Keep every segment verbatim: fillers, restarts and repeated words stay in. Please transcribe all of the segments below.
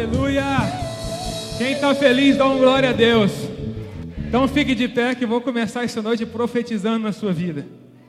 Aleluia! Quem está feliz, dá uma glória a Deus. Então fique de pé que eu vou começar essa noite profetizando na sua vida.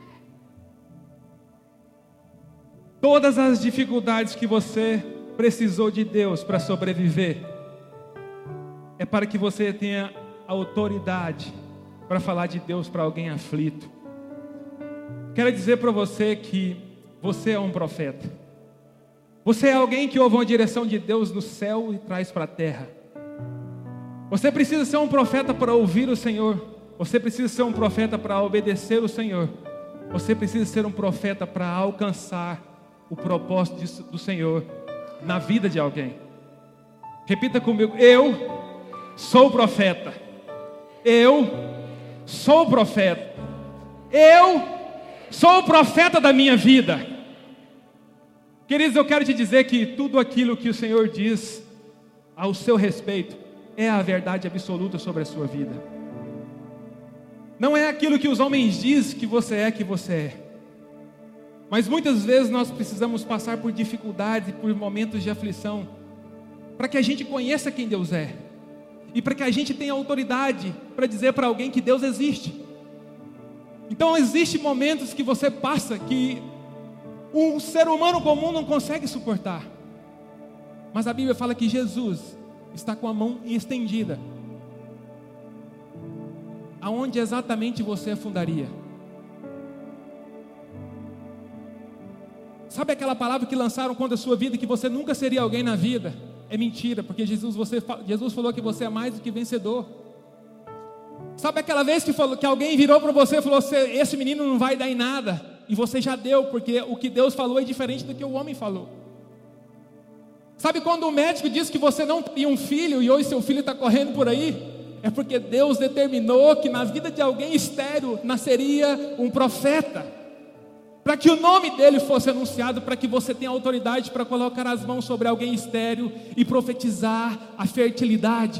Todas as dificuldades que você precisou de Deus para sobreviver, é para que você tenha autoridade para falar de Deus para alguém aflito. Quero dizer para você que você é um profeta. Você é alguém que ouve uma direção de Deus no céu e traz para a terra. Você precisa ser um profeta para ouvir o Senhor. Você precisa ser um profeta para obedecer o Senhor. Você precisa ser um profeta para alcançar o propósito do Senhor na vida de alguém. Repita comigo: eu sou profeta. Eu sou profeta. Eu sou o profeta da minha vida. Queridos, eu quero te dizer que tudo aquilo que o Senhor diz ao seu respeito é a verdade absoluta sobre a sua vida. Não é aquilo que os homens dizem que você é, que você é. Mas muitas vezes nós precisamos passar por dificuldades e por momentos de aflição para que a gente conheça quem Deus é e para que a gente tenha autoridade para dizer para alguém que Deus existe. Então existem momentos que você passa que um ser humano comum não consegue suportar. Mas a Bíblia fala que Jesus está com a mão estendida. Aonde exatamente você afundaria? Sabe aquela palavra que lançaram contra a sua vida, que você nunca seria alguém na vida? É mentira, porque Jesus, você, Jesus falou que você é mais do que vencedor. Sabe aquela vez que, falou, que alguém virou para você e falou: esse menino não vai dar em nada? E você já deu, porque o que Deus falou é diferente do que o homem falou. Sabe quando o médico disse que você não teria um filho e hoje seu filho está correndo por aí? É porque Deus determinou que na vida de alguém estéril nasceria um profeta, para que o nome dele fosse anunciado, para que você tenha autoridade para colocar as mãos sobre alguém estéril e profetizar a fertilidade.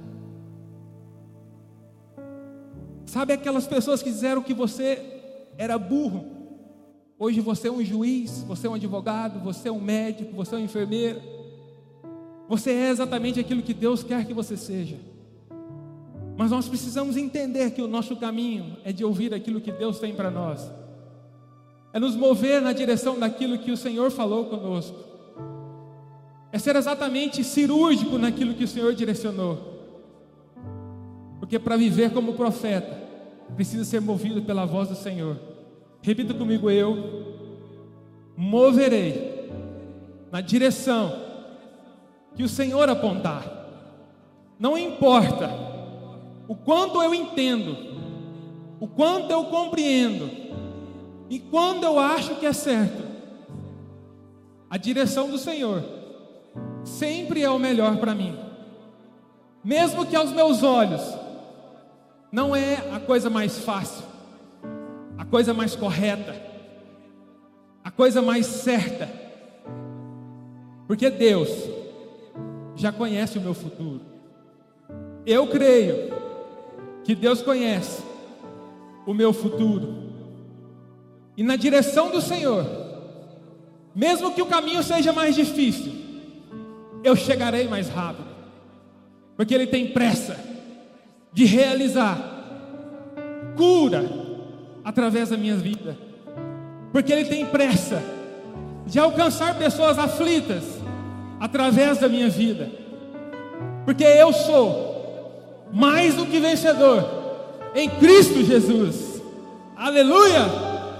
Sabe aquelas pessoas que disseram que você era burro? Hoje você é um juiz, você é um advogado, você é um médico, você é um enfermeiro. Você é exatamente aquilo que Deus quer que você seja. Mas nós precisamos entender que o nosso caminho é de ouvir aquilo que Deus tem para nós. É nos mover na direção daquilo que o Senhor falou conosco. É ser exatamente cirúrgico naquilo que o Senhor direcionou. Porque para viver como profeta, precisa ser movido pela voz do Senhor. Repita comigo: eu moverei na direção que o Senhor apontar. Não importa o quanto eu entendo, o quanto eu compreendo e quando eu acho que é certo, a direção do Senhor sempre é o melhor para mim. Mesmo que aos meus olhos não é a coisa mais fácil, a coisa mais correta, a coisa mais certa, porque Deus já conhece o meu futuro. Eu creio que Deus conhece o meu futuro, e na direção do Senhor, mesmo que o caminho seja mais difícil, eu chegarei mais rápido, porque Ele tem pressa de realizar cura através da minha vida, porque Ele tem pressa de alcançar pessoas aflitas através da minha vida, porque eu sou mais do que vencedor em Cristo Jesus. Aleluia!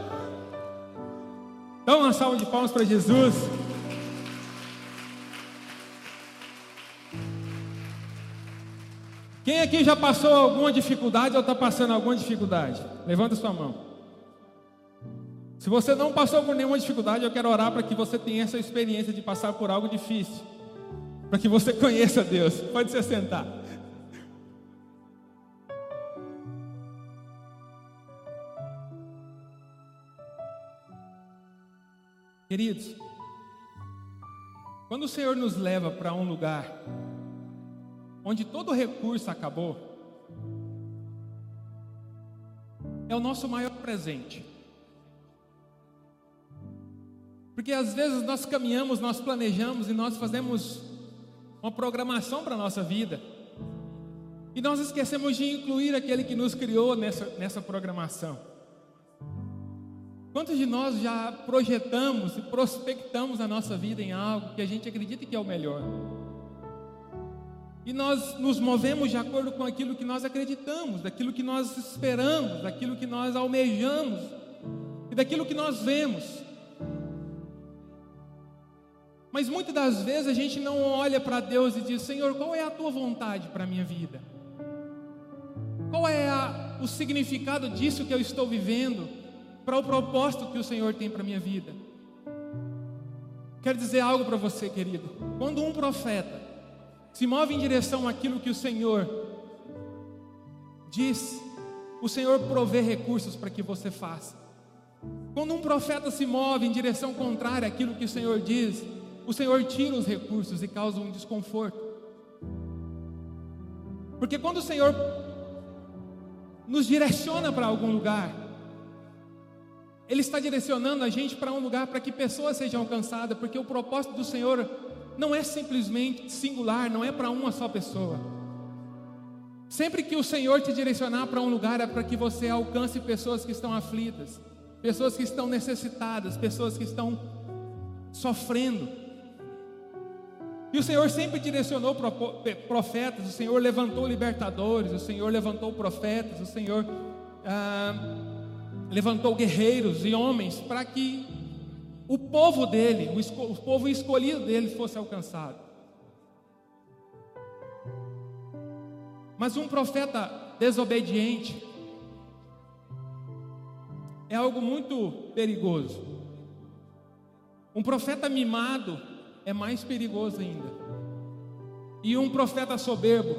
Dá uma salva de palmas para Jesus. Quem aqui já passou alguma dificuldade ou está passando alguma dificuldade? Levanta sua mão. Se você não passou por nenhuma dificuldade, eu quero orar para que você tenha essa experiência de passar por algo difícil, para que você conheça Deus. Pode se assentar. Queridos, quando o Senhor nos leva para um lugar onde todo recurso acabou, é o nosso maior presente. Porque às vezes nós caminhamos, nós planejamos e nós fazemos uma programação para a nossa vida. E nós esquecemos de incluir aquele que nos criou nessa, nessa programação. Quantos de nós já projetamos e prospectamos a nossa vida em algo que a gente acredita que é o melhor? E nós nos movemos de acordo com aquilo que nós acreditamos, daquilo que nós esperamos, daquilo que nós almejamos e daquilo que nós vemos. Mas muitas das vezes a gente não olha para Deus e diz: Senhor, qual é a tua vontade para a minha vida? Qual é a, o significado disso que eu estou vivendo, para o propósito que o Senhor tem para a minha vida? Quero dizer algo para você, querido. Quando um profeta se move em direção àquilo que o Senhor diz, o Senhor provê recursos para que você faça. Quando um profeta se move em direção contrária àquilo que o Senhor diz, o Senhor tira os recursos e causa um desconforto. Porque quando o Senhor nos direciona para algum lugar, Ele está direcionando a gente para um lugar para que pessoas sejam alcançadas, porque o propósito do Senhor não é simplesmente singular, não é para uma só pessoa. Sempre que o Senhor te direcionar para um lugar, é para que você alcance pessoas que estão aflitas, pessoas que estão necessitadas, pessoas que estão sofrendo. E o Senhor sempre direcionou profetas, o Senhor levantou libertadores, o Senhor levantou profetas, o Senhor ah, levantou guerreiros e homens para que o povo dele, o, esco, o povo escolhido dele fosse alcançado. Mas um profeta desobediente é algo muito perigoso. Um profeta mimado é mais perigoso ainda. E um profeta soberbo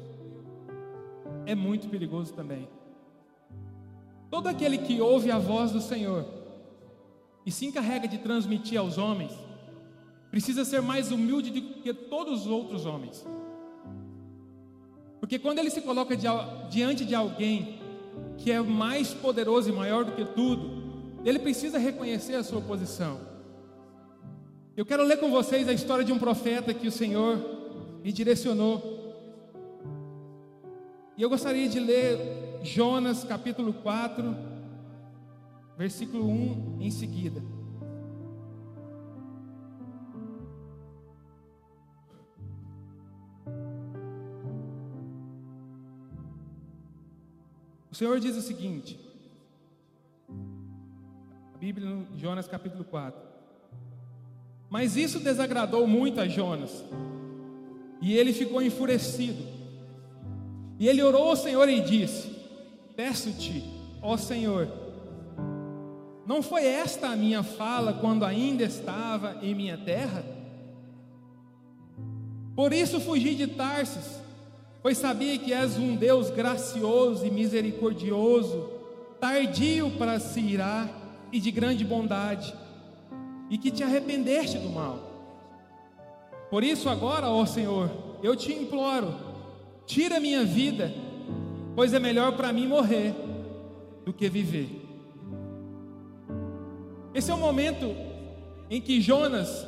é muito perigoso também. Todo aquele que ouve a voz do Senhor e se encarrega de transmitir aos homens, precisa ser mais humilde do que todos os outros homens. Porque quando ele se coloca diante de alguém que é mais poderoso e maior do que tudo, ele precisa reconhecer a sua posição. Eu quero ler com vocês a história de um profeta que o Senhor me direcionou. E eu gostaria de ler Jonas capítulo quatro, versículo um em seguida. O Senhor diz o seguinte, a Bíblia no Jonas capítulo quatro: mas isso desagradou muito a Jonas, e ele ficou enfurecido. E ele orou ao Senhor e disse: peço-te, ó Senhor, não foi esta a minha fala quando ainda estava em minha terra? Por isso fugi de Tarsis, pois sabia que és um Deus gracioso e misericordioso, tardio para se irar e de grande bondade, e que te arrependeste do mal. Por isso agora, ó Senhor, eu te imploro, tira minha vida, pois é melhor para mim morrer do que viver. Esse é o momento em que Jonas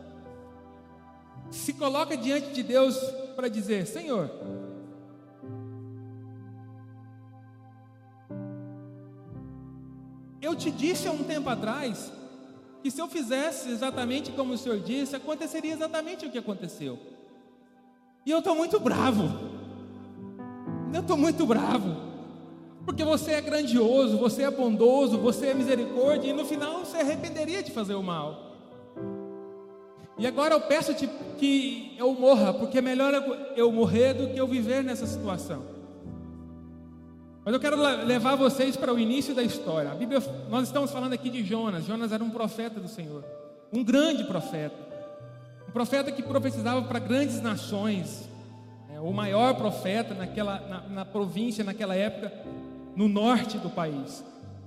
se coloca diante de Deus para dizer: Senhor, eu te disse há um tempo atrás que se eu fizesse exatamente como o Senhor disse, aconteceria exatamente o que aconteceu. E eu estou muito bravo. Eu estou muito bravo. Porque você é grandioso, você é bondoso, você é misericórdia, e no final você arrependeria de fazer o mal. E agora eu peço-te que eu morra, porque é melhor eu morrer do que eu viver nessa situação. Mas eu quero levar vocês para o início da história. A Bíblia, nós estamos falando aqui de Jonas. Jonas era um profeta do Senhor, um grande profeta, um profeta que profetizava para grandes nações, é, o maior profeta naquela, na, na província, naquela época, no norte do país.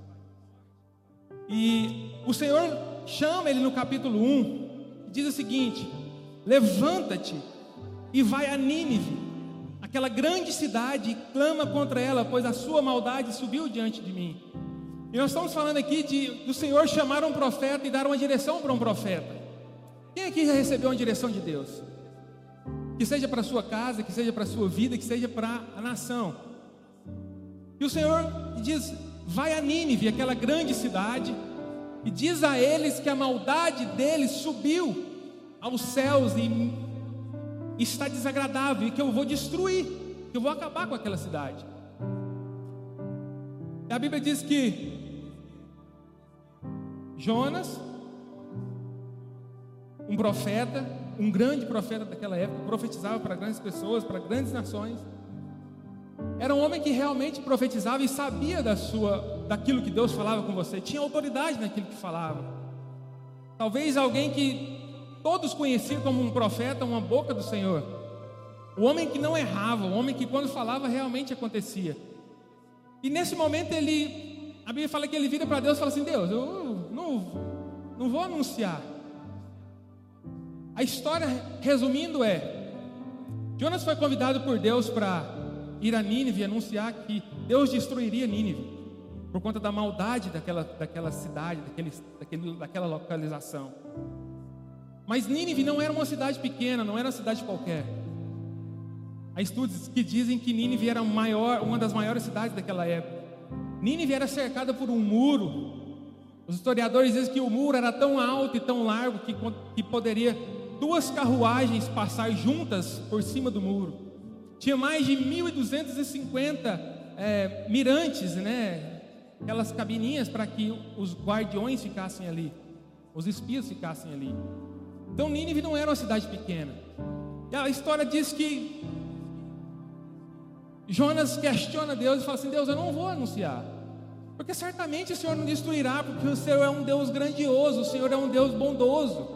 E o Senhor chama ele no capítulo um, diz o seguinte: levanta-te e vai a Nínive, aquela grande cidade, e clama contra ela, pois a sua maldade subiu diante de mim. E nós estamos falando aqui de, do Senhor chamar um profeta e dar uma direção para um profeta. Quem aqui já recebeu uma direção de Deus? que seja para a sua casa, que seja para a sua vida, que seja para a nação. E o Senhor diz: vai a Nínive, aquela grande cidade, e diz a eles que a maldade deles subiu aos céus e está desagradável, e que eu vou destruir, que eu vou acabar com aquela cidade. E a Bíblia diz que Jonas, um profeta, um grande profeta daquela época, profetizava para grandes pessoas, para grandes nações, era um homem que realmente profetizava e sabia da sua, daquilo que Deus falava com você, tinha autoridade naquilo que falava. Talvez alguém que todos conheciam como um profeta, uma boca do Senhor, o homem que não errava, o homem que quando falava realmente acontecia. E nesse momento ele, a Bíblia fala que ele vira para Deus e fala assim: Deus, eu não, não vou anunciar. A história, resumindo, é: Jonas foi convidado por Deus para ir a Nínive e anunciar que Deus destruiria Nínive por conta da maldade daquela, daquela cidade, daquele, daquele, daquela localização. Mas Nínive não era uma cidade pequena, não era uma cidade qualquer. Há estudos que dizem que Nínive era maior, uma das maiores cidades daquela época. Nínive era cercada por um muro. Os historiadores dizem que o muro era tão alto e tão largo que, que poderia duas carruagens passar juntas por cima do muro. Tinha mais de mil duzentos e cinquenta é, mirantes, né? Aquelas cabininhas para que os guardiões ficassem ali, os espias ficassem ali. Então Nínive não era uma cidade pequena. E a história diz que Jonas questiona Deus e fala assim: Deus, eu não vou anunciar, porque certamente o Senhor não destruirá, porque o Senhor é um Deus grandioso, o Senhor é um Deus bondoso.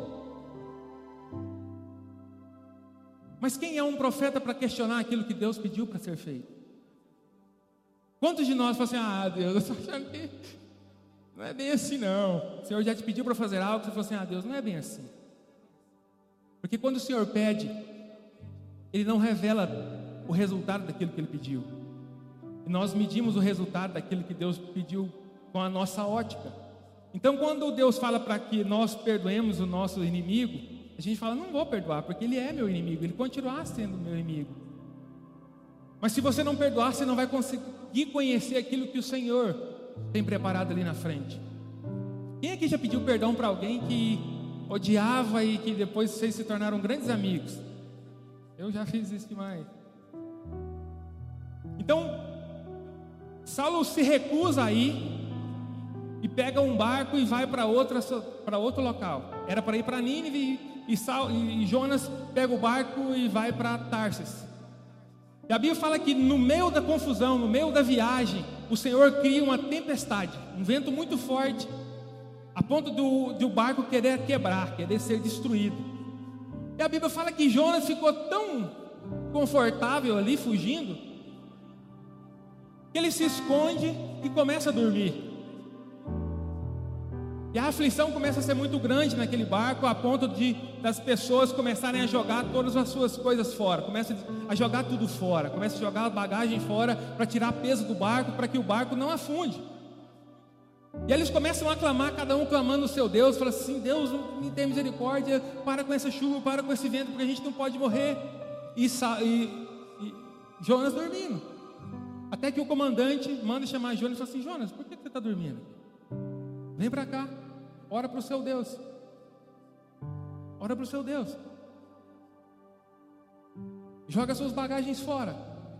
Mas quem é um profeta para questionar aquilo que Deus pediu para ser feito? Quantos de nós falam assim: ah, Deus, eu estou achando que não é bem assim não. O Senhor já te pediu para fazer algo, você falou assim: ah, Deus, não é bem assim. Porque quando o Senhor pede, Ele não revela o resultado daquilo que Ele pediu. E nós medimos o resultado daquilo que Deus pediu com a nossa ótica. Então, quando Deus fala para que nós perdoemos o nosso inimigo, a gente fala: não vou perdoar, porque ele é meu inimigo, ele continuará sendo meu inimigo. Mas se você não perdoar, você não vai conseguir conhecer aquilo que o Senhor tem preparado ali na frente. Quem aqui já pediu perdão para alguém que odiava e que depois vocês se tornaram grandes amigos? Eu já fiz isso demais. Então, Saulo se recusa a ir e pega um barco e vai para para outro local. Era para ir para Nínive e, Saul, e Jonas pega o barco e vai para Tarsis. E a Bíblia fala que no meio da confusão, no meio da viagem, o Senhor cria uma tempestade, um vento muito forte, a ponto do, de o barco querer quebrar, querer ser destruído. E a Bíblia fala que Jonas ficou tão confortável ali, fugindo, que ele se esconde e começa a dormir. E a aflição começa a ser muito grande naquele barco, a ponto de das pessoas começarem a jogar todas as suas coisas fora. Começa a jogar tudo fora, começa a jogar a bagagem fora para tirar peso do barco, para que o barco não afunde. E eles começam a clamar, cada um clamando o seu Deus, fala assim: Deus, me tem misericórdia, para com essa chuva, para com esse vento, porque a gente não pode morrer. E, e, e Jonas dormindo. Até que o comandante manda chamar Jonas e fala assim: Jonas, por que você está dormindo? Vem para cá, ora para o seu Deus. Ora para o seu Deus. Joga suas bagagens fora.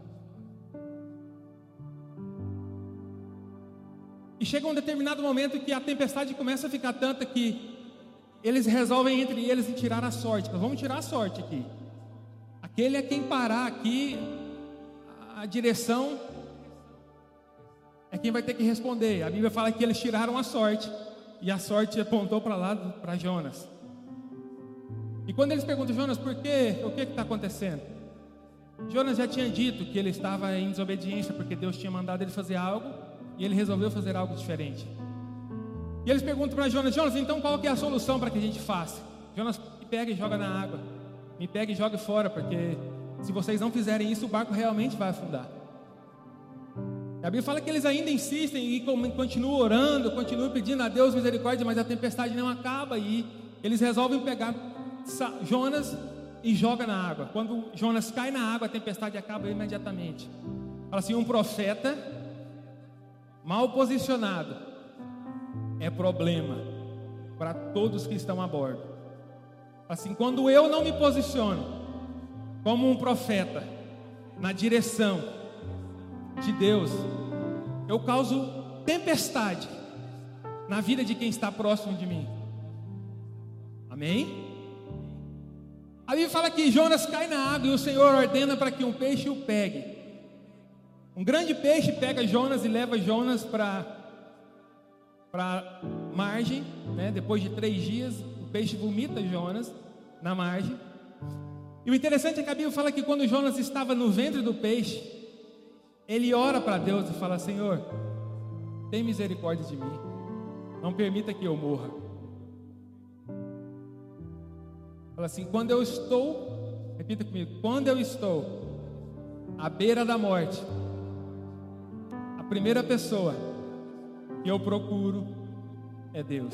E chega um determinado momento que a tempestade começa a ficar tanta que eles resolvem entre eles em tirar a sorte. Nós vamos tirar a sorte aqui. Aquele é quem parar aqui, a direção é quem vai ter que responder. A Bíblia fala que eles tiraram a sorte, e a sorte apontou para lá, para Jonas. E quando eles perguntam: Jonas, por quê? O que está acontecendo? Jonas já tinha dito que ele estava em desobediência, porque Deus tinha mandado ele fazer algo, e ele resolveu fazer algo diferente. E eles perguntam para Jonas: Jonas, então qual que é a solução para que a gente faça? Jonas, me pega e joga na água, me pega e joga fora, porque se vocês não fizerem isso, o barco realmente vai afundar. A Bíblia fala que eles ainda insistem e continuam orando, continuam pedindo a Deus misericórdia, mas a tempestade não acaba, e eles resolvem pegar Jonas e joga na água. Quando Jonas cai na água, a tempestade acaba imediatamente. Fala assim: um profeta mal posicionado é problema para todos que estão a bordo. Assim, quando eu não me posiciono como um profeta na direção de Deus, eu causo tempestade na vida de quem está próximo de mim. Amém? A Bíblia fala que Jonas cai na água e o Senhor ordena para que um peixe o pegue. Um grande peixe pega Jonas e leva Jonas para para margem, né? Depois de três dias, o peixe vomita Jonas na margem. E o interessante é que a Bíblia fala que quando Jonas estava no ventre do peixe, ele ora para Deus e fala: Senhor, tem misericórdia de mim, não permita que eu morra. Fala assim: quando eu estou, repita comigo, quando eu estou à beira da morte, a primeira pessoa que eu procuro é Deus.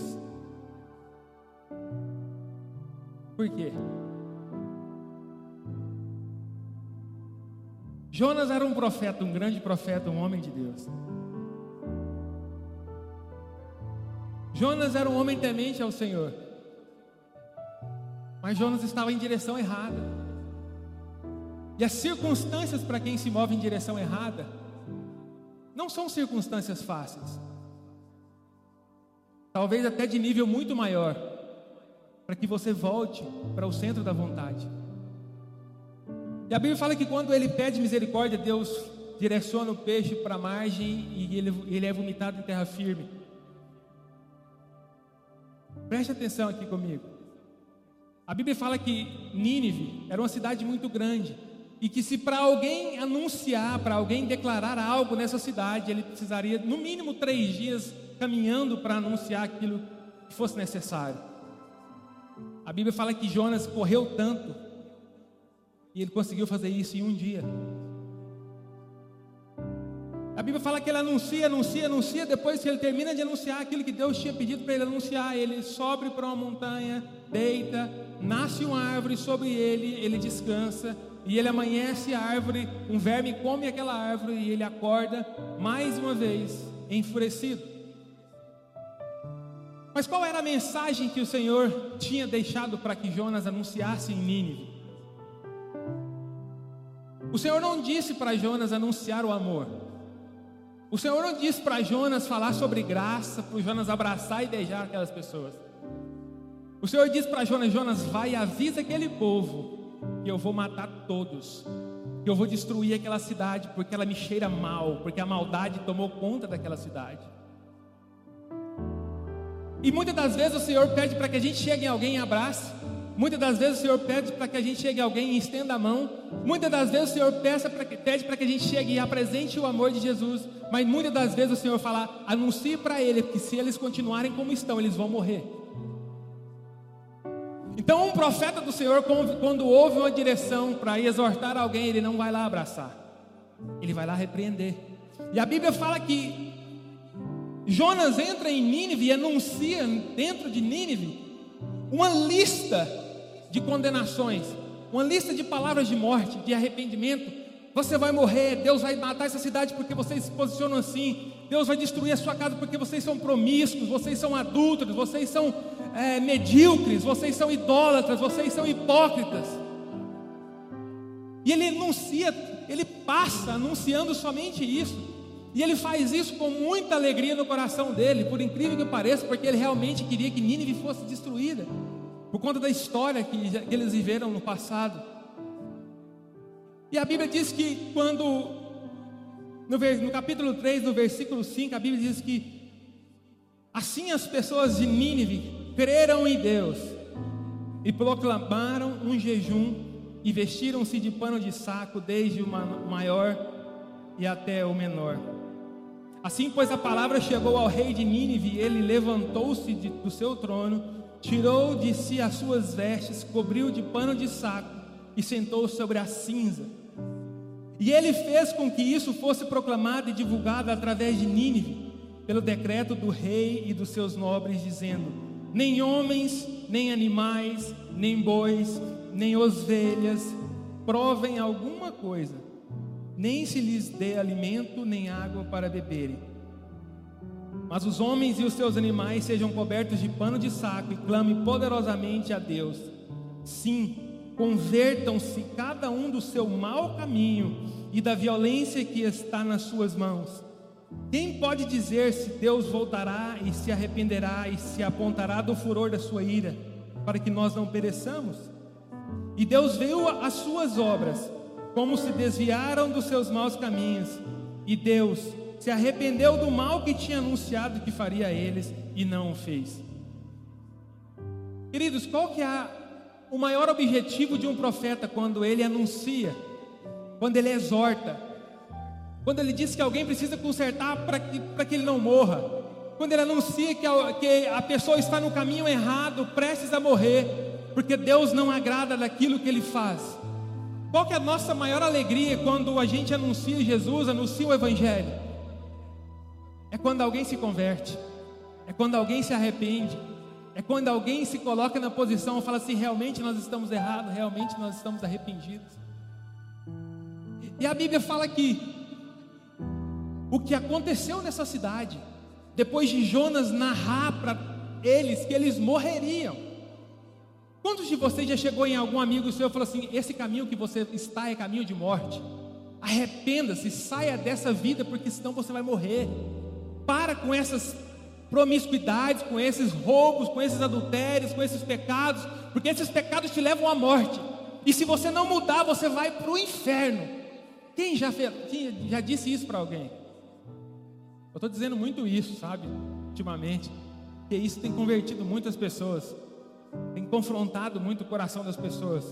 Por quê? Jonas era um profeta, um grande profeta, um homem de Deus. Jonas era um homem temente ao Senhor. Mas Jonas estava em direção errada. E as circunstâncias para quem se move em direção errada não são circunstâncias fáceis. Talvez até de nível muito maior, para que você volte para o centro da vontade. E a Bíblia fala que quando ele pede misericórdia, Deus direciona o peixe para a margem e ele, ele é vomitado em terra firme. Preste atenção aqui comigo. A Bíblia fala que Nínive era uma cidade muito grande e que se para alguém anunciar, para alguém declarar algo nessa cidade, ele precisaria no mínimo três dias caminhando para anunciar aquilo que fosse necessário. A Bíblia fala que Jonas correu tanto e ele conseguiu fazer isso em um dia. A Bíblia fala que ele anuncia, anuncia, anuncia. Depois que ele termina de anunciar aquilo que Deus tinha pedido para ele anunciar, ele sobe para uma montanha, deita, nasce uma árvore sobre ele, ele descansa. E ele amanhece a árvore, um verme come aquela árvore e ele acorda mais uma vez enfurecido. Mas qual era a mensagem que o Senhor tinha deixado para que Jonas anunciasse em Nínive? O Senhor não disse para Jonas anunciar o amor. O Senhor não disse para Jonas falar sobre graça, para o Jonas abraçar e beijar aquelas pessoas. O Senhor disse para Jonas: Jonas, vai e avisa aquele povo que eu vou matar todos, que eu vou destruir aquela cidade, porque ela me cheira mal, porque a maldade tomou conta daquela cidade. E muitas das vezes o Senhor pede para que a gente chegue em alguém e abrace. Muitas das vezes o Senhor pede para que a gente chegue em alguém e estenda a mão. Muitas das vezes o Senhor peça pra que, pede para que a gente chegue e apresente o amor de Jesus. Mas muitas das vezes o Senhor fala: anuncie para ele que se eles continuarem como estão, eles vão morrer. Então um profeta do Senhor, quando ouve uma direção para exortar alguém, ele não vai lá abraçar, ele vai lá repreender. E a Bíblia fala que Jonas entra em Nínive e anuncia dentro de Nínive uma lista de condenações, uma lista de palavras de morte, de arrependimento. Você vai morrer, Deus vai matar essa cidade porque vocês se posicionam assim, Deus vai destruir a sua casa porque vocês são promíscuos, vocês são adúlteros, vocês são é, medíocres, vocês são idólatras, vocês são hipócritas. E ele anuncia, ele passa anunciando somente isso. E ele faz isso com muita alegria no coração dele, por incrível que pareça, porque ele realmente queria que Nínive fosse destruída, por conta da história que, que eles viveram no passado. E a Bíblia diz que quando, no, no capítulo três, no versículo cinco, a Bíblia diz que assim as pessoas de Nínive creram em Deus e proclamaram um jejum e vestiram-se de pano de saco, desde o maior e até o menor. Assim, pois, a palavra chegou ao rei de Nínive, ele levantou-se do seu trono, tirou de si as suas vestes, cobriu de pano de saco e sentou-se sobre a cinza. E ele fez com que isso fosse proclamado e divulgado através de Nínive, pelo decreto do rei e dos seus nobres, dizendo: nem homens, nem animais, nem bois, nem ovelhas provem alguma coisa, nem se lhes dê alimento nem água para beberem. Mas os homens e os seus animais sejam cobertos de pano de saco e clamem poderosamente a Deus. Sim, convertam-se cada um do seu mau caminho e da violência que está nas suas mãos. Quem pode dizer se Deus voltará e se arrependerá e se apontará do furor da sua ira, para que nós não pereçamos? E Deus viu as suas obras, como se desviaram dos seus maus caminhos, e Deus se arrependeu do mal que tinha anunciado que faria a eles, e não o fez. Queridos, qual que é o maior objetivo de um profeta quando ele anuncia, quando ele exorta, quando ele diz que alguém precisa consertar para que, para que ele não morra, quando ele anuncia que a, que a pessoa está no caminho errado, prestes a morrer, porque Deus não agrada daquilo que ele faz? Qual que é a nossa maior alegria quando a gente anuncia Jesus, anuncia o Evangelho? É quando alguém se converte, é quando alguém se arrepende, é quando alguém se coloca na posição e fala assim: realmente nós estamos errados, realmente nós estamos arrependidos. E a Bíblia fala que o que aconteceu nessa cidade, depois de Jonas narrar para eles que eles morreriam. Quantos de vocês já chegou em algum amigo seu e falou assim: esse caminho que você está é caminho de morte, arrependa-se, saia dessa vida, porque senão você vai morrer. Para com essas promiscuidades, com esses roubos, com esses adultérios, com esses pecados, porque esses pecados te levam à morte, e se você não mudar, você vai para o inferno. Quem já, fez, quem já disse isso para alguém? Eu estou dizendo muito isso, sabe, ultimamente, porque isso tem convertido muitas pessoas, tem confrontado muito o coração das pessoas.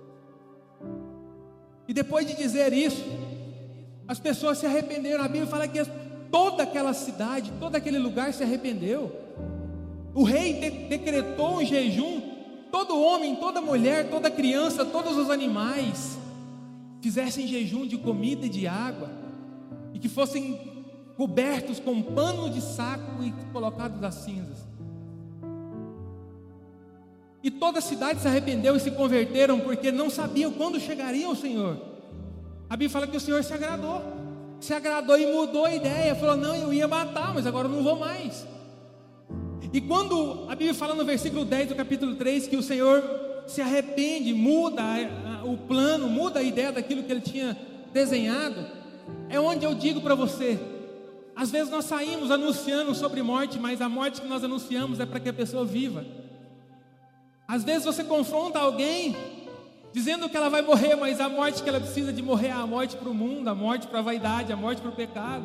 E depois de dizer isso, as pessoas se arrependeram. A Bíblia fala que toda aquela cidade, todo aquele lugar se arrependeu. O rei de- decretou um jejum. Todo homem, toda mulher, toda criança, todos os animais fizessem jejum de comida e de água, e que fossem cobertos com pano de saco e colocados nas cinzas. E toda a cidade se arrependeu e se converteram, porque não sabiam quando chegaria o Senhor. A Bíblia fala que o Senhor se agradou, se agradou e mudou a ideia. Falou: não, eu ia matar, mas agora eu não vou mais. E quando a Bíblia fala no versículo dez do capítulo três que o Senhor se arrepende, muda a, a, o plano, muda a ideia daquilo que ele tinha desenhado, é onde eu digo para você: às vezes nós saímos anunciando sobre morte, mas a morte que nós anunciamos é para que a pessoa viva. Às vezes você confronta alguém dizendo que ela vai morrer, mas a morte que ela precisa de morrer é a morte para o mundo, a morte para a vaidade, a morte para o pecado.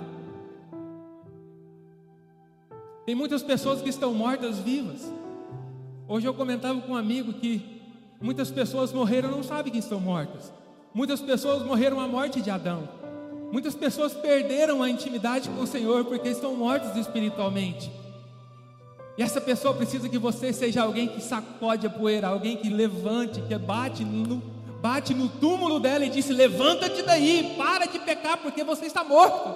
Tem muitas pessoas que estão mortas vivas. Hoje eu comentava com um amigo que muitas pessoas morreram e não sabem que estão mortas. Muitas pessoas morreram a morte de Adão. Muitas pessoas perderam a intimidade com o Senhor porque estão mortas espiritualmente. E essa pessoa precisa que você seja alguém que sacode a poeira, alguém que levante, que bate no, bate no túmulo dela e diz: levanta-te daí, para de pecar, porque você está morto.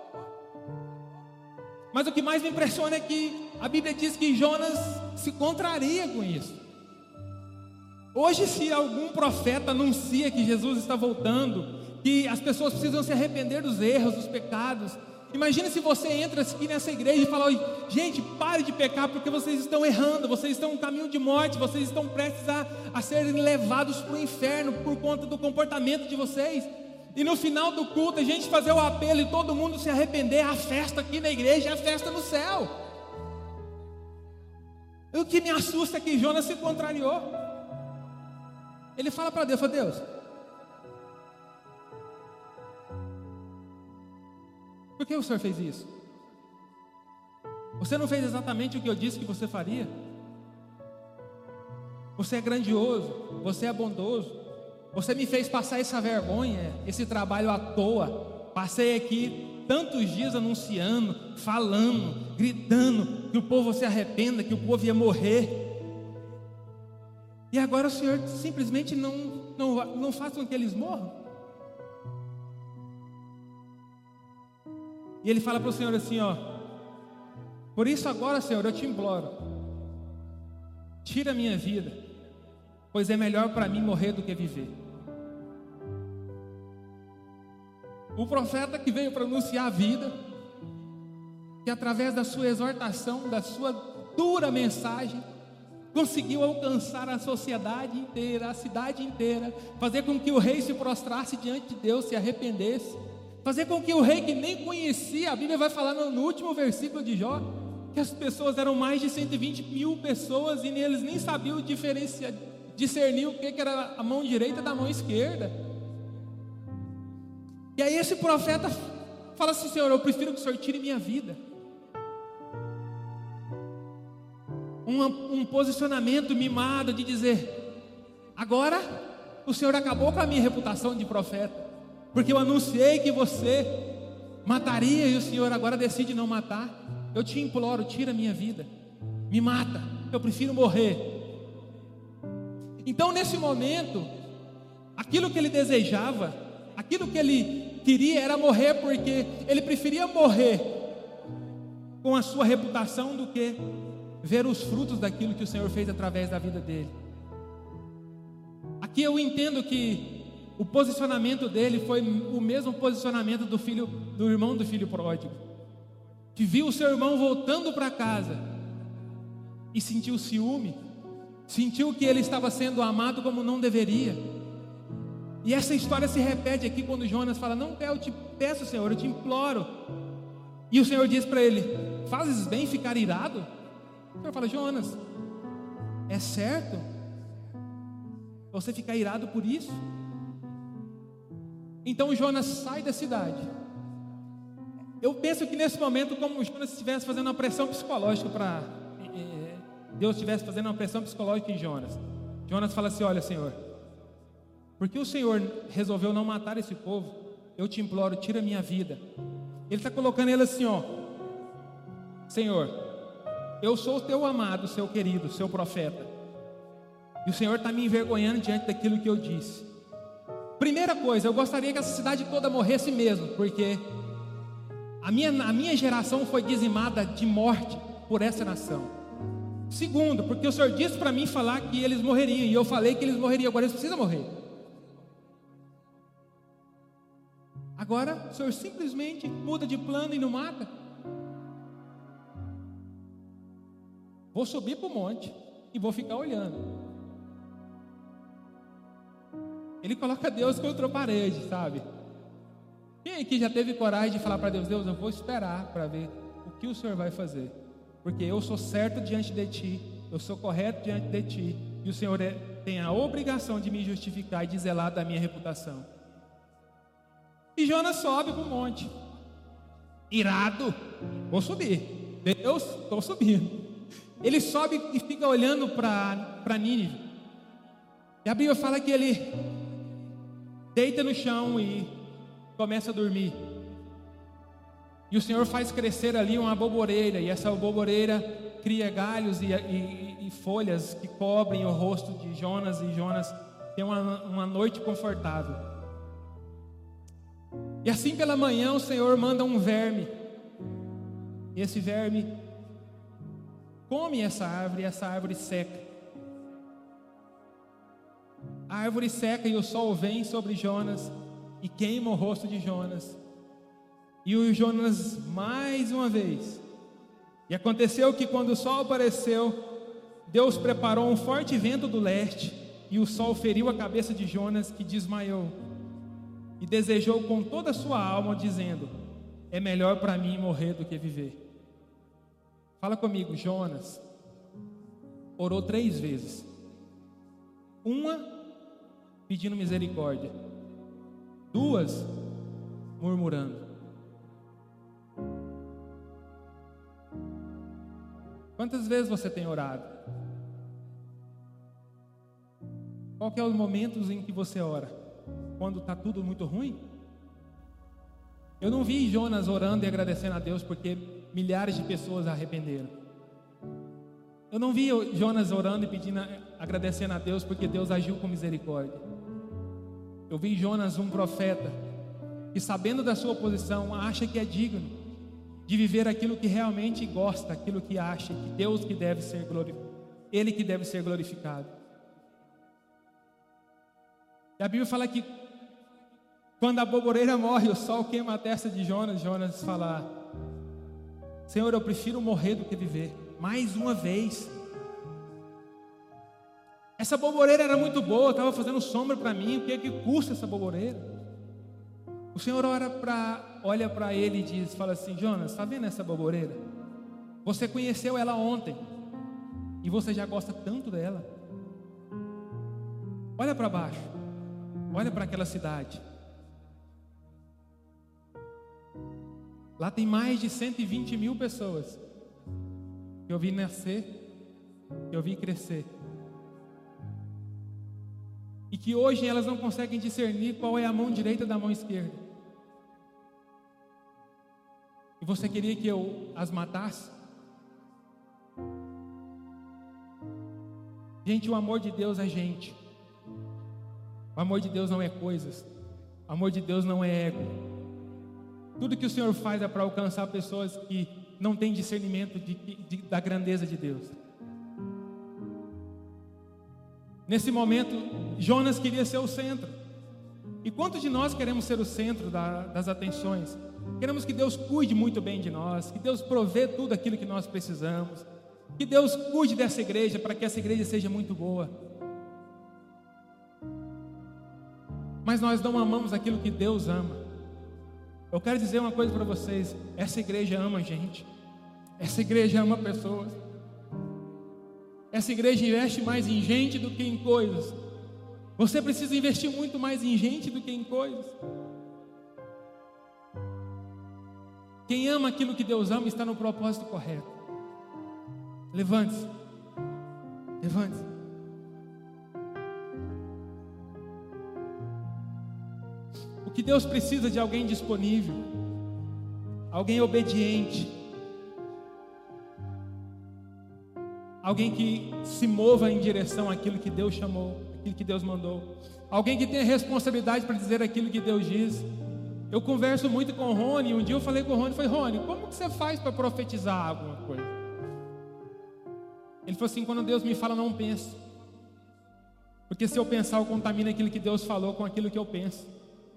Mas o que mais me impressiona é que a Bíblia diz que Jonas se contraria com isso. Hoje, se algum profeta anuncia que Jesus está voltando, que as pessoas precisam se arrepender dos erros, dos pecados, imagina se você entra aqui nessa igreja e fala: gente, pare de pecar, porque vocês estão errando, vocês estão no caminho de morte, vocês estão prestes a, a serem levados para o inferno por conta do comportamento de vocês. E no final do culto a gente fazer o apelo e todo mundo se arrepender. A festa aqui na igreja é a festa no céu. E o que me assusta é que Jonas se contrariou. Ele fala para Deus: fala, Deus, por que o Senhor fez isso? Você não fez exatamente o que eu disse que você faria? Você é grandioso, você é bondoso, você me fez passar essa vergonha, esse trabalho à toa. Passei aqui tantos dias anunciando, falando, gritando que o povo se arrependa, que o povo ia morrer. E agora o Senhor simplesmente não, não, não faz com que eles morram. E ele fala para o Senhor assim, ó: por isso agora, Senhor, eu te imploro, tira a minha vida, pois é melhor para mim morrer do que viver. O profeta que veio para anunciar a vida, que através da sua exortação, da sua dura mensagem, conseguiu alcançar a sociedade inteira, a cidade inteira, fazer com que o rei se prostrasse diante de Deus, se arrependesse, fazer com que o rei que nem conhecia, a Bíblia vai falar no, no último versículo de Jó, que as pessoas eram mais de cento e vinte mil pessoas e eles nem sabiam diferenciar, discernir o que era a mão direita da mão esquerda. E aí esse profeta fala assim: Senhor, eu prefiro que o Senhor tire minha vida. Um, um posicionamento mimado de dizer: agora o Senhor acabou com a minha reputação de profeta, porque eu anunciei que você mataria e o Senhor agora decide não matar. Eu te imploro, tira a minha vida, me mata, eu prefiro morrer. Então nesse momento, aquilo que ele desejava, aquilo que ele queria era morrer, porque ele preferia morrer com a sua reputação do que ver os frutos daquilo que o Senhor fez através da vida dele. Aqui eu entendo que o posicionamento dele foi o mesmo posicionamento do filho, do irmão do filho pródigo, que viu o seu irmão voltando para casa e sentiu ciúme, sentiu que ele estava sendo amado como não deveria. E essa história se repete aqui quando Jonas fala: não, eu te peço, Senhor, eu te imploro. E o Senhor diz para ele: fazes bem ficar irado? O Senhor fala: Jonas, é certo você ficar irado por isso? Então Jonas sai da cidade. Eu penso que nesse momento, como Jonas estivesse fazendo uma pressão psicológica para Deus estivesse fazendo uma pressão psicológica em Jonas. Jonas fala assim: olha, Senhor, porque o Senhor resolveu não matar esse povo, eu te imploro, tira a minha vida. Ele está colocando ele assim, ó: Senhor, eu sou o teu amado, seu querido, seu profeta, e o Senhor está me envergonhando diante daquilo que eu disse. Primeira coisa, eu gostaria que essa cidade toda morresse mesmo, porque a minha, a minha geração foi dizimada de morte por essa nação. Segundo, porque o Senhor disse para mim falar que eles morreriam, e eu falei que eles morreriam, agora eles precisam morrer. Agora o Senhor simplesmente muda de plano e não mata. Vou subir para o monte e vou ficar olhando. Ele coloca Deus contra a parede, sabe? Quem aqui já teve coragem de falar para Deus: Deus, eu vou esperar para ver o que o Senhor vai fazer, porque eu sou certo diante de Ti, eu sou correto diante de Ti, e o Senhor é, tem a obrigação de me justificar e de zelar da minha reputação. E Jonas sobe para o monte, irado: vou subir, Deus, estou subindo. Ele sobe e fica olhando para Nínive, e a Bíblia fala que ele deita no chão e começa a dormir. E o Senhor faz crescer ali uma boboreira, e essa boboreira cria galhos e, e, e folhas que cobrem o rosto de Jonas, e Jonas tem uma, uma noite confortável. E assim pela manhã o Senhor manda um verme, e esse verme come essa árvore, e essa árvore seca. A árvore seca e o sol vem sobre Jonas e queima o rosto de Jonas. E o Jonas mais uma vez. E aconteceu que quando o sol apareceu, Deus preparou um forte vento do leste, e o sol feriu a cabeça de Jonas, que desmaiou e desejou com toda a sua alma, dizendo: é melhor para mim morrer do que viver. Fala comigo. Jonas orou três vezes. Uma pedindo misericórdia, duas murmurando. Quantas vezes você tem orado? Qual que é os momentos em que você ora? Quando está tudo muito ruim? Eu não vi Jonas orando e agradecendo a Deus porque milhares de pessoas arrependeram. Eu não vi Jonas orando e pedindo, agradecendo a Deus porque Deus agiu com misericórdia. Eu vi Jonas, um profeta, que sabendo da sua posição, acha que é digno de viver aquilo que realmente gosta, aquilo que acha que Deus que deve ser glorificado, Ele que deve ser glorificado. E a Bíblia fala que quando a boboreira morre, o sol queima a testa de Jonas. Jonas fala: Senhor, eu prefiro morrer do que viver. Mais uma vez. Essa boboreira era muito boa, estava fazendo sombra para mim. O que é que custa essa boboreira? O Senhor ora pra, olha para ele e diz, fala assim: Jonas, está vendo essa boboreira? Você conheceu ela ontem e você já gosta tanto dela. Olha para baixo, olha para aquela cidade. Lá tem mais de cento e vinte mil pessoas que eu vi nascer, que eu vi crescer, e que hoje elas não conseguem discernir qual é a mão direita da mão esquerda. E você queria que eu as matasse? Gente, o amor de Deus é gente. O amor de Deus não é coisas. O amor de Deus não é ego. Tudo que o Senhor faz é para alcançar pessoas que não têm discernimento de, de, da grandeza de Deus. Nesse momento, Jonas queria ser o centro. E quantos de nós queremos ser o centro da, das atenções? Queremos que Deus cuide muito bem de nós, que Deus provê tudo aquilo que nós precisamos, que Deus cuide dessa igreja para que essa igreja seja muito boa. Mas nós não amamos aquilo que Deus ama. Eu quero dizer uma coisa para vocês: essa igreja ama gente, essa igreja ama pessoas, essa igreja investe mais em gente do que em coisas. Você precisa investir muito mais em gente do que em coisas. Quem ama aquilo que Deus ama está no propósito correto. Levante-se, levante-se. O que Deus precisa de alguém disponível, alguém obediente, alguém que se mova em direção àquilo que Deus chamou, aquilo que Deus mandou, alguém que tenha responsabilidade para dizer aquilo que Deus diz. Eu converso muito com o Rony. Um dia eu falei com o Rony, falei: Rony, como que você faz para profetizar alguma coisa? Ele falou assim: quando Deus me fala, não penso, porque se eu pensar, eu contamino aquilo que Deus falou com aquilo que eu penso.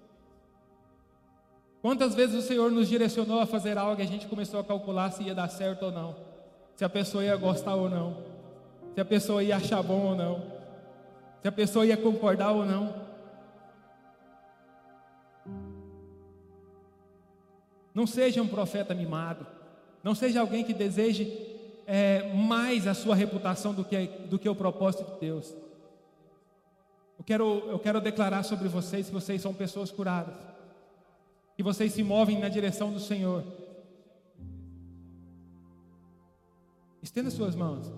Quantas vezes o Senhor nos direcionou a fazer algo e a gente começou a calcular se ia dar certo ou não, se a pessoa ia gostar ou não, se a pessoa ia achar bom ou não, se a pessoa ia concordar ou não. Não seja um profeta mimado, não seja alguém que deseje é, mais a sua reputação do que, do que o propósito de Deus. Eu quero, eu quero declarar sobre vocês que vocês são pessoas curadas, que vocês se movem na direção do Senhor. Estenda suas mãos.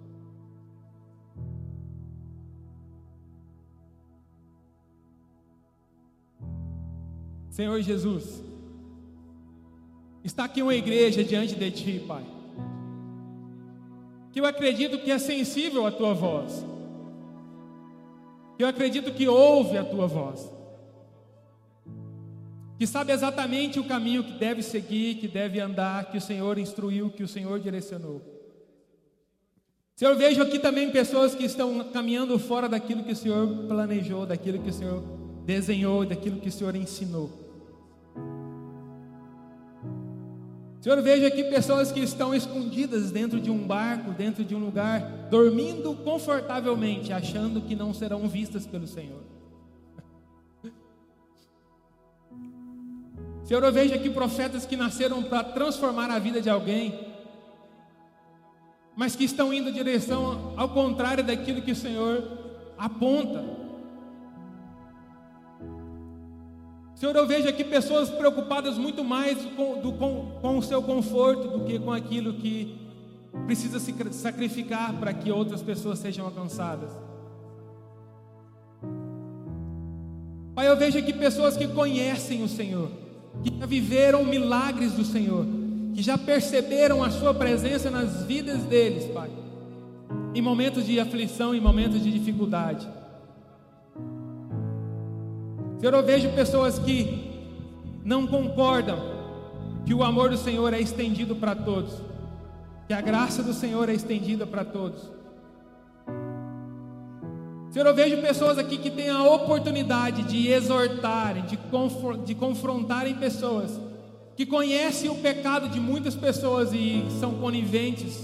Senhor Jesus, está aqui uma igreja diante de Ti, Pai, que eu acredito que é sensível à Tua voz, que eu acredito que ouve a Tua voz, que sabe exatamente o caminho que deve seguir, que deve andar, que o Senhor instruiu, que o Senhor direcionou. Senhor, vejo aqui também pessoas que estão caminhando fora daquilo que o Senhor planejou, daquilo que o Senhor desenhou, daquilo que o Senhor ensinou. Senhor, vejo aqui pessoas que estão escondidas dentro de um barco, dentro de um lugar, dormindo confortavelmente, achando que não serão vistas pelo Senhor. Senhor, eu vejo aqui profetas que nasceram para transformar a vida de alguém, mas que estão indo em direção ao contrário daquilo que o Senhor aponta. Senhor, eu vejo aqui pessoas preocupadas muito mais com, do, com, com o seu conforto do que com aquilo que precisa se sacrificar para que outras pessoas sejam alcançadas. Pai, eu vejo aqui pessoas que conhecem o Senhor, que já viveram milagres do Senhor, que já perceberam a Sua presença nas vidas deles, Pai, em momentos de aflição, em momentos de dificuldade. Senhor, eu vejo pessoas que não concordam que o amor do Senhor é estendido para todos, que a graça do Senhor é estendida para todos. Senhor, eu vejo pessoas aqui que têm a oportunidade de exortarem, de, confr- de confrontarem pessoas que conhecem o pecado de muitas pessoas e são coniventes,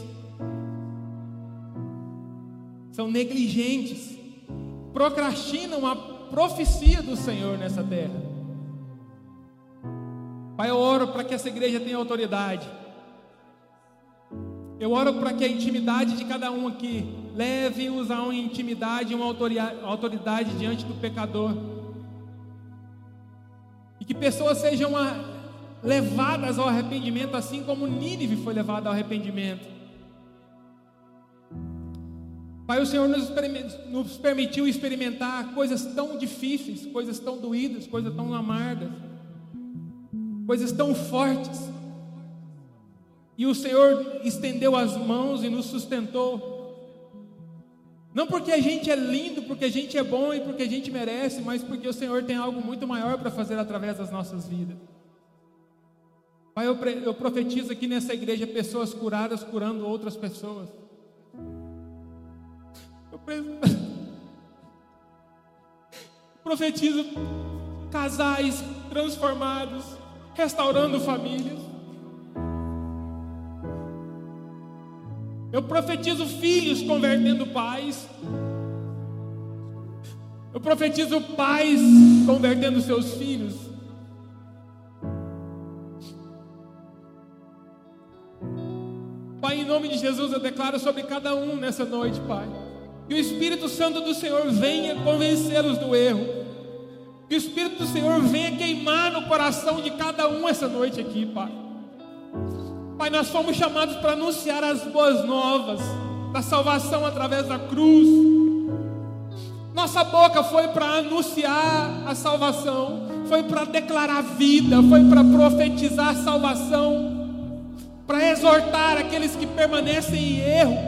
são negligentes, procrastinam a profecia do Senhor nessa terra. Pai, eu oro para que essa igreja tenha autoridade. Eu oro para que a intimidade de cada um aqui leve-os a uma intimidade e uma autoridade, autoridade diante do pecador. E que pessoas sejam a, levadas ao arrependimento, assim como Nínive foi levada ao arrependimento. Pai, o Senhor nos, nos permitiu experimentar coisas tão difíceis, coisas tão doídas, coisas tão amargas, coisas tão fortes. E o Senhor estendeu as mãos e nos sustentou. Não porque a gente é lindo, porque a gente é bom e porque a gente merece, mas porque o Senhor tem algo muito maior para fazer através das nossas vidas. Pai, eu, eu profetizo aqui nessa igreja pessoas curadas, curando outras pessoas. Eu profetizo casais transformados, restaurando famílias. Eu profetizo filhos convertendo pais. Eu profetizo pais convertendo seus filhos. Pai, em nome de Jesus, eu declaro sobre cada um nessa noite, Pai, que o Espírito Santo do Senhor venha convencê-los do erro. Que o Espírito do Senhor venha queimar no coração de cada um essa noite aqui, Pai. Pai, nós fomos chamados para anunciar as boas novas da salvação através da cruz. Nossa boca foi para anunciar a salvação, foi para declarar vida, foi para profetizar a salvação, para exortar aqueles que permanecem em erro,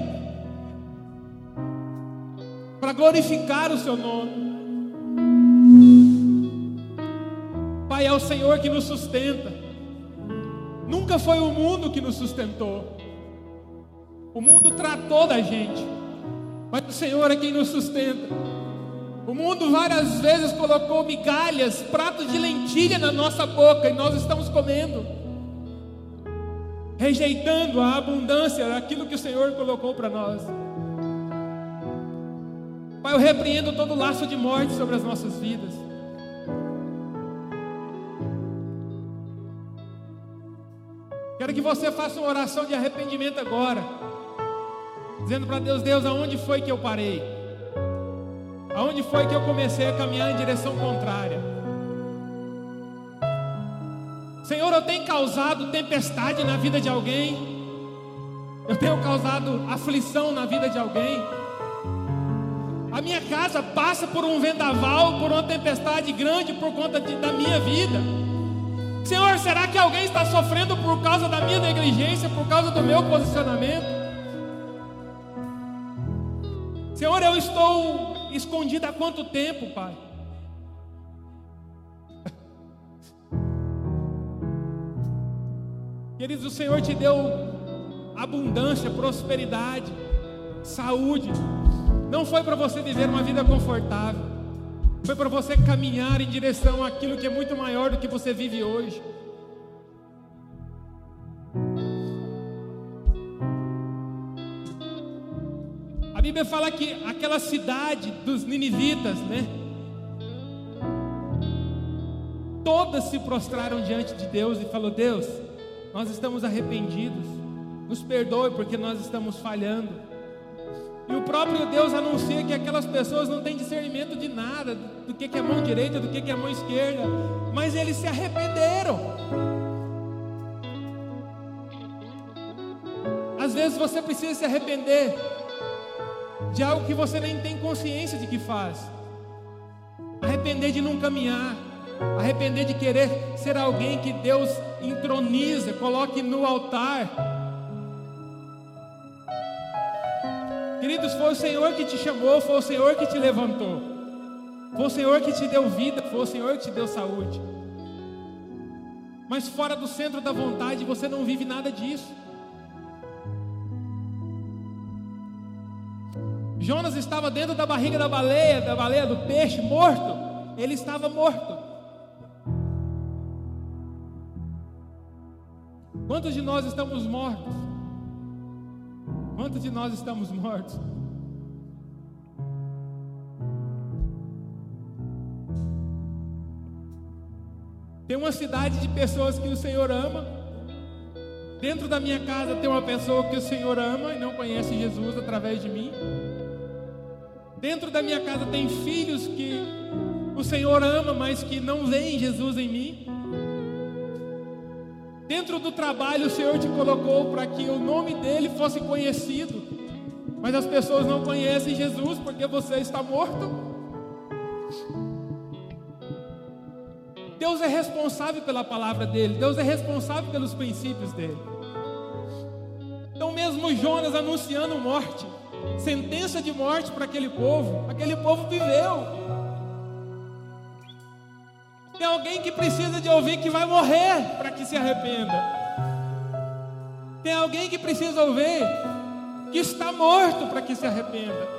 para glorificar o Seu nome. Pai, é o Senhor que nos sustenta. Nunca foi o mundo que nos sustentou. O mundo tratou da gente, mas o Senhor é quem nos sustenta. O mundo várias vezes colocou migalhas, pratos de lentilha na nossa boca e nós estamos comendo, rejeitando a abundância daquilo que o Senhor colocou para nós. Pai, eu repreendo todo laço de morte sobre as nossas vidas. Quero que você faça uma oração de arrependimento agora, dizendo para Deus: Deus, aonde foi que eu parei? Aonde foi que eu comecei a caminhar em direção contrária? Senhor, eu tenho causado tempestade na vida de alguém, eu tenho causado aflição na vida de alguém. A minha casa passa por um vendaval, por uma tempestade grande por conta de, da minha vida. Senhor, será que alguém está sofrendo por causa da minha negligência, por causa do meu posicionamento? Senhor, eu estou escondido há quanto tempo, Pai? Queridos, o Senhor te deu abundância, prosperidade, saúde. Não foi para você viver uma vida confortável. Foi para você caminhar em direção àquilo que é muito maior do que você vive hoje. A Bíblia fala que aquela cidade dos ninivitas, né? Todas se prostraram diante de Deus e falou: Deus, nós estamos arrependidos, nos perdoe porque nós estamos falhando. E o próprio Deus anuncia que aquelas pessoas não têm discernimento de nada, do que é mão direita, do que é mão esquerda, mas eles se arrependeram. Às vezes você precisa se arrepender de algo que você nem tem consciência de que faz. Arrepender de não caminhar, arrepender de querer ser alguém que Deus entroniza, coloque no altar. Queridos, foi o Senhor que te chamou, foi o Senhor que te levantou, foi o Senhor que te deu vida, foi o Senhor que te deu saúde. Mas fora do centro da vontade você não vive nada disso. Jonas estava dentro da barriga da baleia, da baleia, do peixe, morto. Ele estava morto. Quantos de nós estamos mortos? Quantos de nós estamos mortos? Tem uma cidade de pessoas que o Senhor ama. Dentro da minha casa tem uma pessoa que o Senhor ama e não conhece Jesus através de mim. Dentro da minha casa tem filhos que o Senhor ama, mas que não veem Jesus em mim. Dentro do trabalho o Senhor te colocou para que o nome dele fosse conhecido, mas as pessoas não conhecem Jesus porque você está morto. Deus é responsável pela palavra dele, Deus é responsável pelos princípios dele. Então mesmo Jonas anunciando morte, sentença de morte para aquele povo, aquele povo viveu. Tem alguém que precisa de ouvir que vai morrer para que se arrependa. Tem alguém que precisa ouvir que está morto para que se arrependa.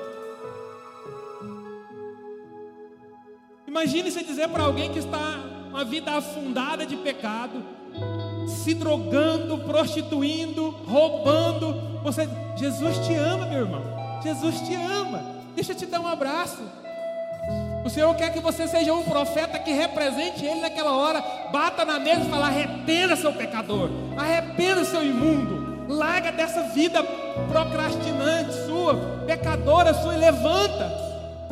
Imagine você dizer para alguém que está uma vida afundada de pecado, se drogando, prostituindo, roubando. Você, Jesus te ama, meu irmão. Jesus te ama. Deixa eu te dar um abraço. O Senhor quer que você seja um profeta que represente Ele naquela hora. Bata na mesa e fala: arrependa, seu pecador, arrependa, seu imundo. Larga dessa vida procrastinante sua, pecadora sua, e levanta.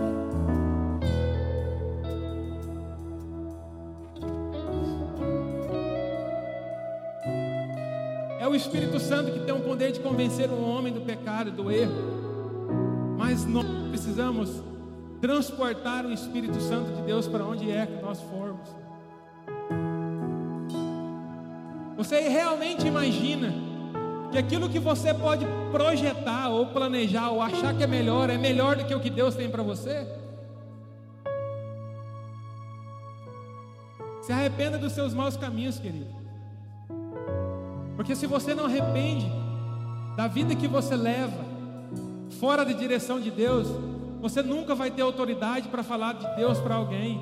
É o Espírito Santo que tem o poder de convencer um homem do pecado, do erro. Mas nós precisamos transportar o Espírito Santo de Deus para onde é que nós formos. Você realmente imagina que aquilo que você pode projetar ou planejar ou achar que é melhor, é melhor do que o que Deus tem para você? Se arrependa dos seus maus caminhos, querido. Porque se você não arrepende da vida que você leva fora da direção de Deus, você nunca vai ter autoridade para falar de Deus para alguém.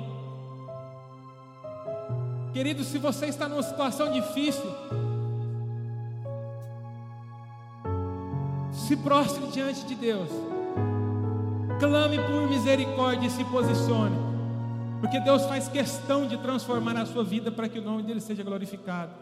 Querido, se você está numa situação difícil, se prostre diante de Deus, clame por misericórdia e se posicione, porque Deus faz questão de transformar a sua vida para que o nome dele seja glorificado.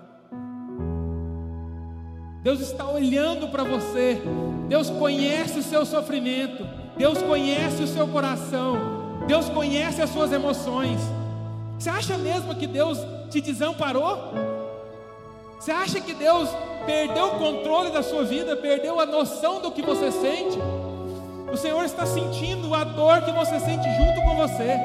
Deus está olhando para você. Deus conhece o seu sofrimento. Deus conhece o seu coração. Deus conhece as suas emoções. Você acha mesmo que Deus te desamparou? Você acha que Deus perdeu o controle da sua vida? Perdeu a noção do que você sente? O Senhor está sentindo a dor que você sente junto com você.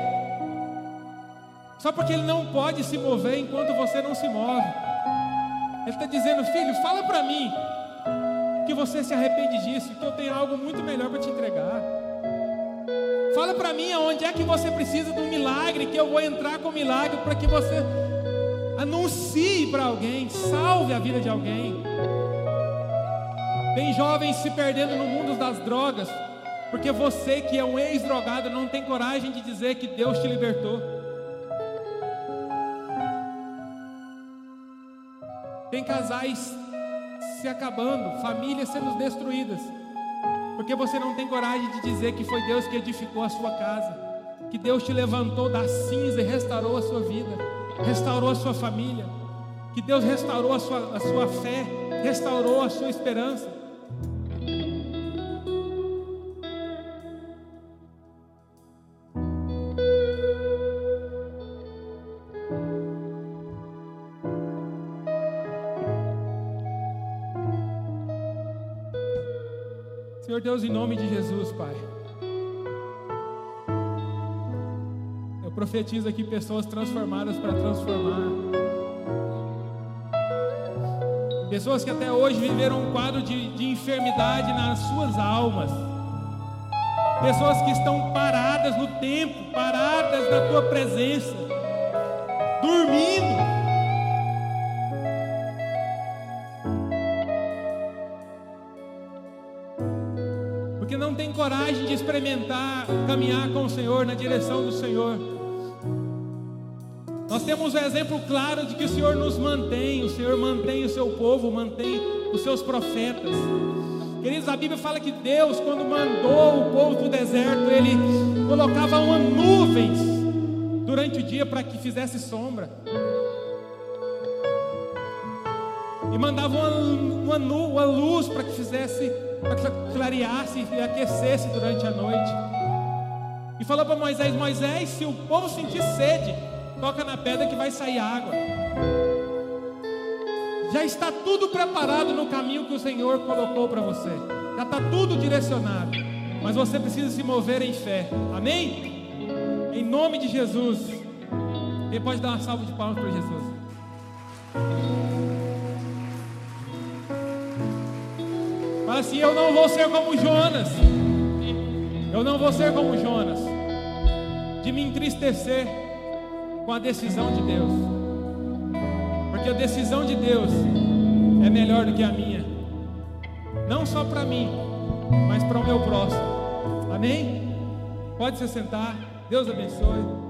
Só porque Ele não pode se mover enquanto você não se move. Ele está dizendo: filho, fala para mim que você se arrepende disso, que eu tenho algo muito melhor para te entregar. Fala para mim aonde é que você precisa de um milagre, que eu vou entrar com o milagre para que você anuncie para alguém, salve a vida de alguém. Tem jovens se perdendo no mundo das drogas, porque você que é um ex-drogado não tem coragem de dizer que Deus te libertou. Tem casais se acabando, famílias sendo destruídas, porque você não tem coragem de dizer que foi Deus que edificou a sua casa, que Deus te levantou da cinza e restaurou a sua vida, restaurou a sua família, que Deus restaurou a sua, a sua fé, restaurou a sua esperança. Senhor Deus, em nome de Jesus, Pai, eu profetizo aqui pessoas transformadas para transformar, pessoas que até hoje viveram um quadro de, de enfermidade nas suas almas, pessoas que estão paradas no tempo, paradas na Tua presença, dormindo, coragem de experimentar, caminhar com o Senhor, na direção do Senhor. Nós temos um exemplo claro de que o Senhor nos mantém, o Senhor mantém o seu povo, mantém os seus profetas. Queridos, a Bíblia fala que Deus, quando mandou o povo para o deserto, Ele colocava uma nuvens durante o dia para que fizesse sombra. E mandava uma, uma, uma luz para que fizesse, para que clareasse e aquecesse durante a noite. E falou para Moisés: Moisés, se o povo sentir sede, toca na pedra que vai sair água. Já está tudo preparado no caminho que o Senhor colocou para você. Já está tudo direcionado. Mas você precisa se mover em fé. Amém? Em nome de Jesus. Quem pode dar uma salva de palmas para Jesus? Fala assim: eu não vou ser como Jonas. Eu não vou ser como Jonas, de me entristecer com a decisão de Deus, porque a decisão de Deus é melhor do que a minha, não só para mim, mas para o meu próximo. Amém? Pode se sentar. Deus abençoe.